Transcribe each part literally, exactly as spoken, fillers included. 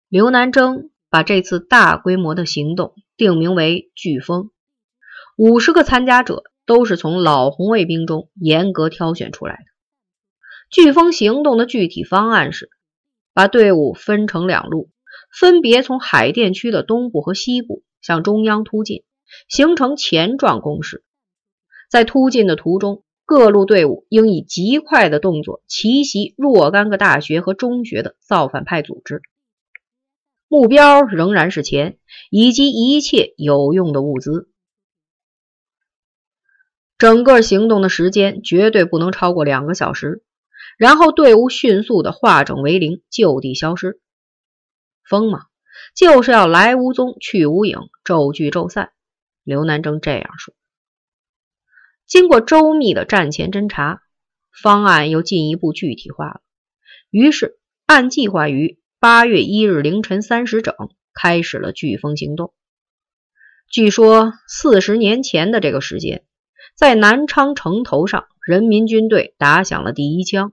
刘南征把这次大规模的行动定名为飓风，五十个参加者都是从老红卫兵中严格挑选出来的。飓风行动的具体方案是把队伍分成两路，分别从海淀区的东部和西部向中央突进，形成前状攻势。在突进的途中，各路队伍应以极快的动作奇袭若干个大学和中学的造反派组织，目标仍然是钱以及一切有用的物资。整个行动的时间绝对不能超过两个小时，然后队伍迅速的化整为零，就地消失。风嘛，就是要来无踪去无影，骤聚骤散。刘南征这样说。经过周密的战前侦查，方案又进一步具体化了。于是按计划于八月一日凌晨三时整开始了飓风行动。据说四十年前的这个时间，在南昌城头上，人民军队打响了第一枪。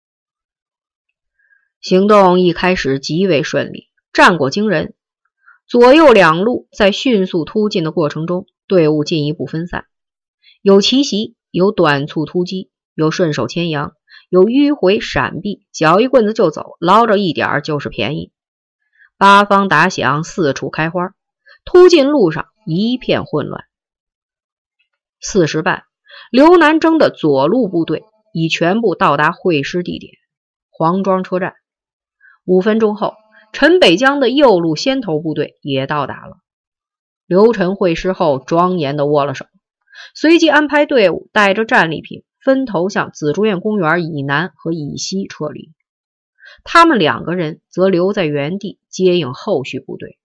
行动一开始极为顺利，战果惊人。左右两路在迅速突进的过程中，队伍进一步分散，有奇袭，有短促突击，有顺手牵羊，有迂回闪避，脚一棍子就走，捞着一点就是便宜。八方打响，四处开花，突进路上一片混乱。四时半，刘南征的左路部队已全部到达会师地点黄庄车站。五分钟后，陈北江的右路先头部队也到达了。刘陈会师后庄严地握了手，随即安排队伍带着战利品分头向紫竹院公园以南和以西撤离，他们两个人则留在原地接应后续部队。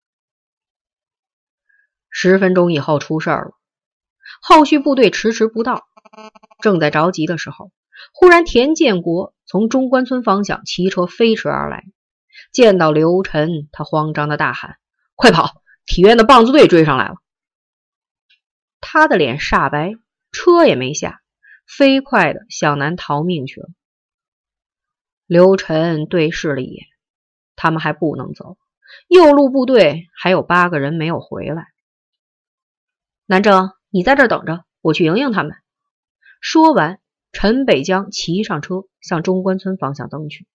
十分钟以后出事了，后续部队迟迟不到。正在着急的时候，忽然田建国从中关村方向骑车飞驰而来，见到刘晨，他慌张的大喊：快跑，体院的棒子队追上来了。他的脸煞白，车也没下，飞快的向南逃命去了。刘晨对视了一眼，他们还不能走，右路部队还有八个人没有回来。南征，你在这儿等着，我去迎迎他们。说完，陈北江骑上车向中关村方向登去。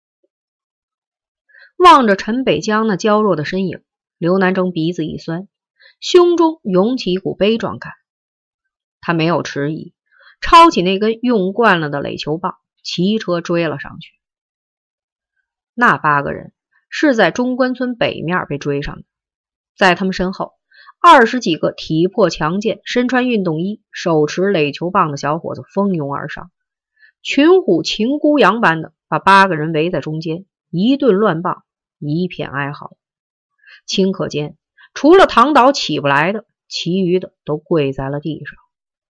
望着陈北江那娇弱的身影，刘南征鼻子一酸，胸中涌起一股悲壮感。他没有迟疑，抄起那根用惯了的垒球棒，骑车追了上去。那八个人是在中关村北面被追上的，在他们身后，二十几个体魄强健、身穿运动衣、手持垒球棒的小伙子蜂拥而上，群虎擒孤羊般的把八个人围在中间，一顿乱棒，一片哀嚎。顷刻间，除了躺倒起不来的，其余的都跪在了地上。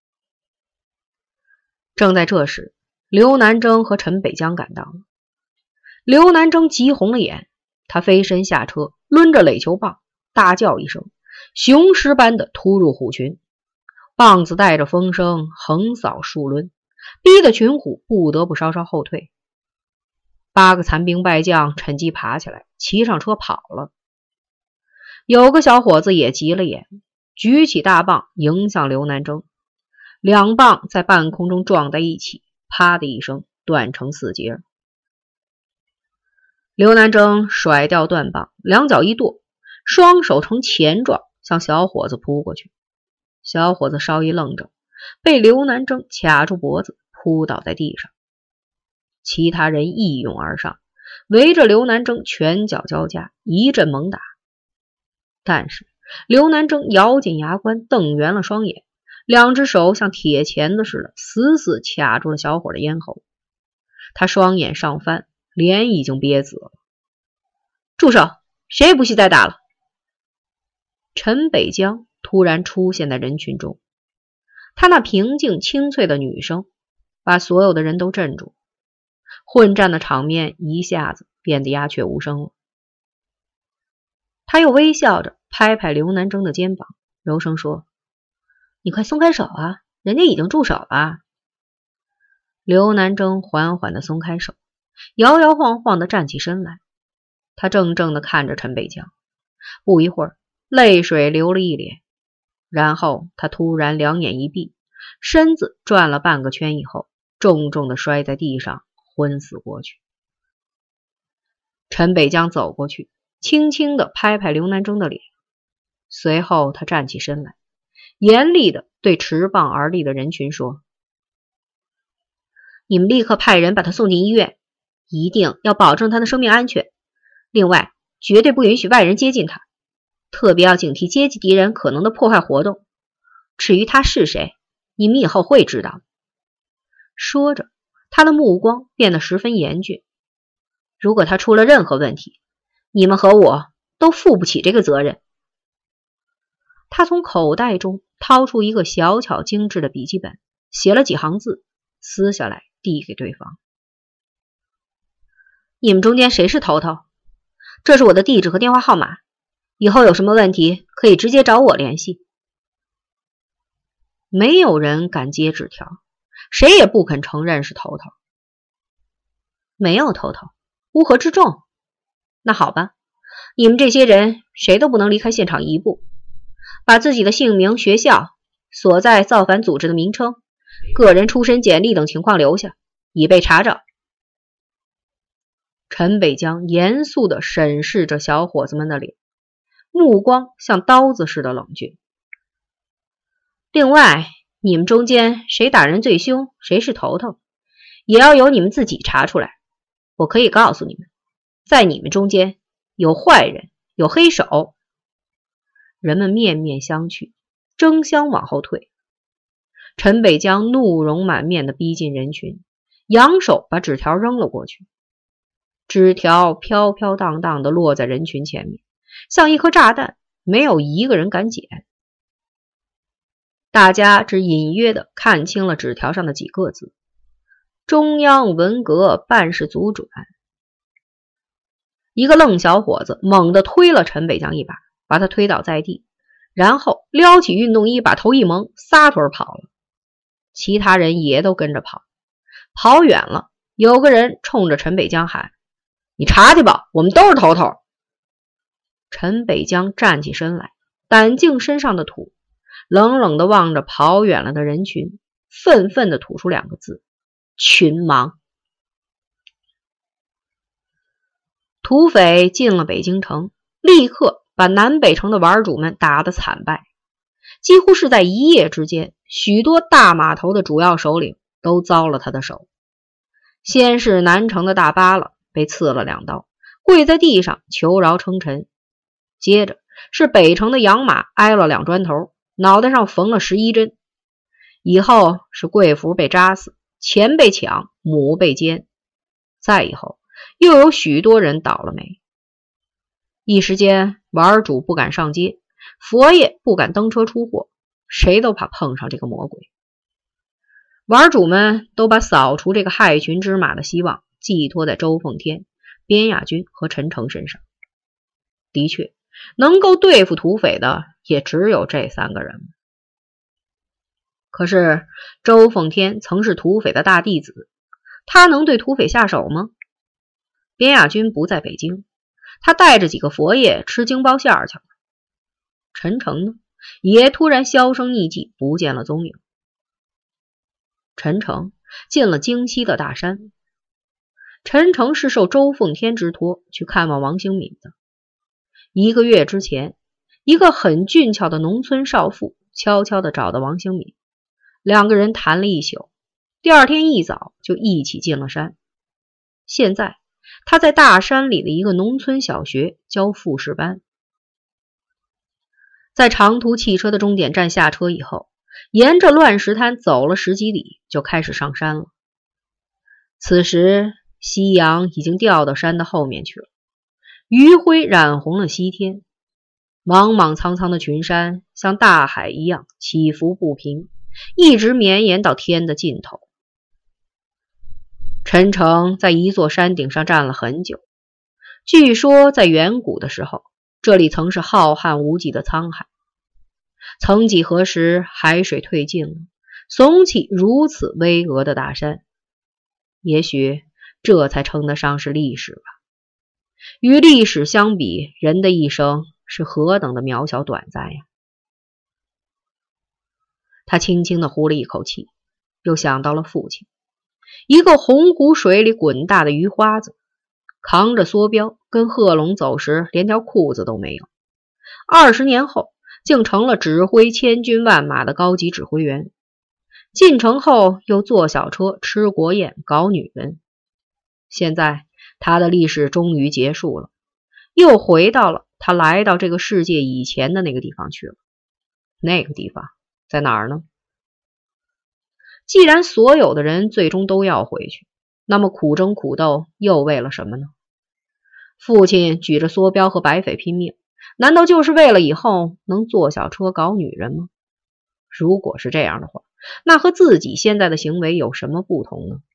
正在这时，刘南征和陈北江赶到了。刘南征急红了眼，他飞身下车，抡着垒球棒，大叫一声，雄狮般的突入虎群，棒子带着风声横扫数抡，逼得群虎不得不稍稍后退。八个残兵败将趁机爬起来，骑上车跑了。有个小伙子也急了眼，举起大棒迎向刘南征，两棒在半空中撞在一起，啪的一声断成四截。刘南征甩掉断棒，两脚一跺，双手呈钳状向小伙子扑过去。小伙子稍一愣怔，被刘南征卡住脖子，扑倒在地上。其他人一涌而上，围着刘南征拳脚交加，一阵猛打。但是刘南征咬紧牙关，瞪圆了双眼，两只手像铁钳子似的死死卡住了小伙的咽喉。他双眼上翻，脸已经憋紫了。住手，谁也不许再打了。陈北江突然出现在人群中，他那平静清脆的女声把所有的人都镇住，混战的场面一下子变得鸦雀无声了。他又微笑着拍拍刘南征的肩膀，柔声说：你快松开手啊，人家已经住手了。刘南征缓缓地松开手，摇摇晃晃地站起身来。 他怔怔地看着陈北江，不一会儿，泪水流了一脸，然后他突然两眼一闭，身子转了半个圈以后，重重地摔在地上，昏死过去。陈北江走过去，轻轻地拍拍刘南征的脸，随后他站起身来，严厉地对持棒而立的人群说：你们立刻派人把他送进医院，一定要保证他的生命安全，另外绝对不允许外人接近他，特别要警惕阶级敌人可能的破坏活动，至于他是谁，你们以后会知道。说着，他的目光变得十分严峻，如果他出了任何问题，你们和我都负不起这个责任。他从口袋中掏出一个小巧精致的笔记本，写了几行字，撕下来递给对方。你们中间谁是头头？这是我的地址和电话号码，以后有什么问题可以直接找我联系。没有人敢接纸条，谁也不肯承认是头头。没有头头，乌合之众。那好吧，你们这些人谁都不能离开现场一步，把自己的姓名、学校、所在造反组织的名称、个人出身简历等情况留下，以备查找。陈北江严肃地审视着小伙子们的脸，目光像刀子似的冷峻。另外，你们中间谁打人最凶，谁是头头，也要由你们自己查出来。我可以告诉你们，在你们中间有坏人，有黑手。人们面面相觑，争相往后退。陈北江怒容满面地逼近人群，扬手把纸条扔了过去。纸条飘飘荡荡地落在人群前面，像一颗炸弹，没有一个人敢捡。大家只隐约地看清了纸条上的几个字：中央文革办事组转。一个愣小伙子猛地推了陈北江一把，把他推倒在地，然后撩起运动衣，把头一蒙，撒腿跑了。其他人也都跟着跑，跑远了，有个人冲着陈北江喊：你查去吧，我们都是头头。陈北江站起身来，掸净身上的土，冷冷地望着跑远了的人群，愤愤地吐出两个字：群盲。土匪进了北京城，立刻把南北城的玩主们打得惨败，几乎是在一夜之间，许多大码头的主要首领都遭了他的手。先是南城的大巴了，被刺了两刀，跪在地上求饶称臣。接着是北城的养马挨了两砖头，脑袋上缝了十一针。以后是贵福被扎死，钱被抢，母被奸。再以后又有许多人倒了霉。一时间玩主不敢上街，佛爷不敢登车出货，谁都怕碰上这个魔鬼。玩主们都把扫除这个害群之马的希望寄托在周奉天、边亚军和陈诚身上。的确，能够对付土匪的也只有这三个人。可是周奉天曾是土匪的大弟子，他能对土匪下手吗？边亚军不在北京，他带着几个佛爷吃京包馅去了。陈诚呢，也突然销声匿迹，不见了踪影。陈诚进了京西的大山。陈诚是受周奉天之托去看望王兴敏的。一个月之前，一个很俊俏的农村少妇悄悄地找到王兴敏，两个人谈了一宿，第二天一早就一起进了山。现在他在大山里的一个农村小学教复试班。在长途汽车的终点站下车以后，沿着乱石滩走了十几里，就开始上山了。此时夕阳已经掉到山的后面去了，余晖染红了西天，莽莽苍苍的群山像大海一样起伏不平，一直绵延到天的尽头。陈诚在一座山顶上站了很久，据说在远古的时候，这里曾是浩瀚无际的沧海。曾几何时，海水退尽了，耸起如此巍峨的大山。也许这才称得上是历史吧。 与历史相比，人的一生是何等的渺小短暂呀！他轻轻地呼了一口气，又想到了父亲，一个红湖水里滚大的鱼花子，扛着梭镖跟贺龙走时连条裤子都没有，二十年后竟成了指挥千军万马的高级指挥员，进城后又坐小车吃国宴搞女人。现在他的历史终于结束了，又回到了他来到这个世界以前的那个地方去了。那个地方在哪儿呢？既然所有的人最终都要回去，那么苦争苦斗又为了什么呢？父亲举着梭镖和白匪拼命，难道就是为了以后能坐小车搞女人吗？如果是这样的话，那和自己现在的行为有什么不同呢？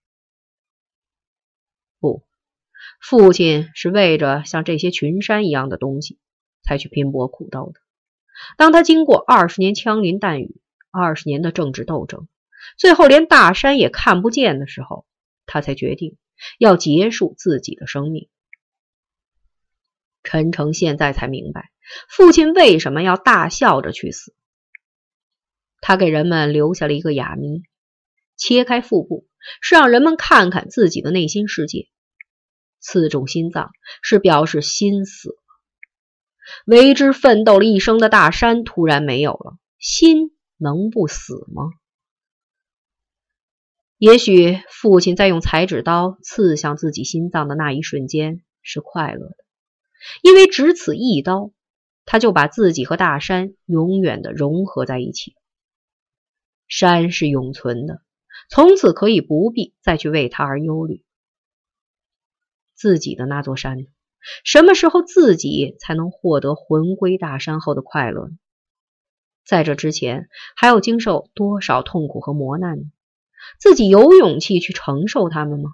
不，父亲是为着像这些群山一样的东西才去拼搏苦斗的。当他经过二十年枪林弹雨，二十年的政治斗争，最后连大山也看不见的时候，他才决定要结束自己的生命。陈诚现在才明白，父亲为什么要大笑着去死。他给人们留下了一个哑谜，切开腹部是让人们看看自己的内心世界，刺中心脏是表示心死了。为之奋斗了一生的大山突然没有了，心能不死吗？也许父亲在用裁纸刀刺向自己心脏的那一瞬间是快乐的，因为只此一刀，他就把自己和大山永远的融合在一起。山是永存的，从此可以不必再去为它而忧虑。自己的那座山，什么时候自己才能获得魂归大山后的快乐呢？在这之前还要经受多少痛苦和磨难呢？自己有勇气去承受它们吗？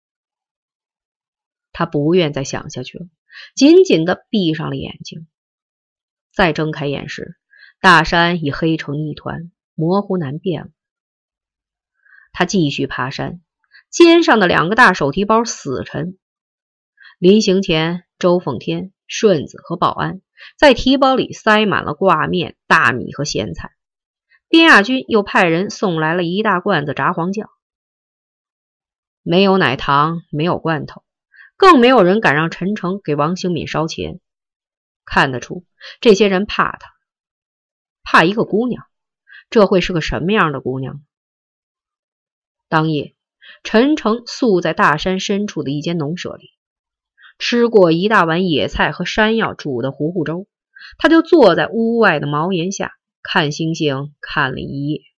他不愿再想下去了，紧紧地闭上了眼睛。再睁开眼时，大山已黑成一团，模糊难辨了。他继续爬山，肩上的两个大手提包死沉。临行前，周奉天、顺子和保安在提包里塞满了挂面、大米和咸菜。边亚军又派人送来了一大罐子炸黄酱。没有奶糖，没有罐头，更没有人敢让陈诚给王兴敏烧钱。看得出，这些人怕他，怕一个姑娘。这会是个什么样的姑娘？当夜，陈诚宿在大山深处的一间农舍里，吃过一大碗野菜和山药煮的糊糊粥，他就坐在屋外的茅檐下看星星看了一夜。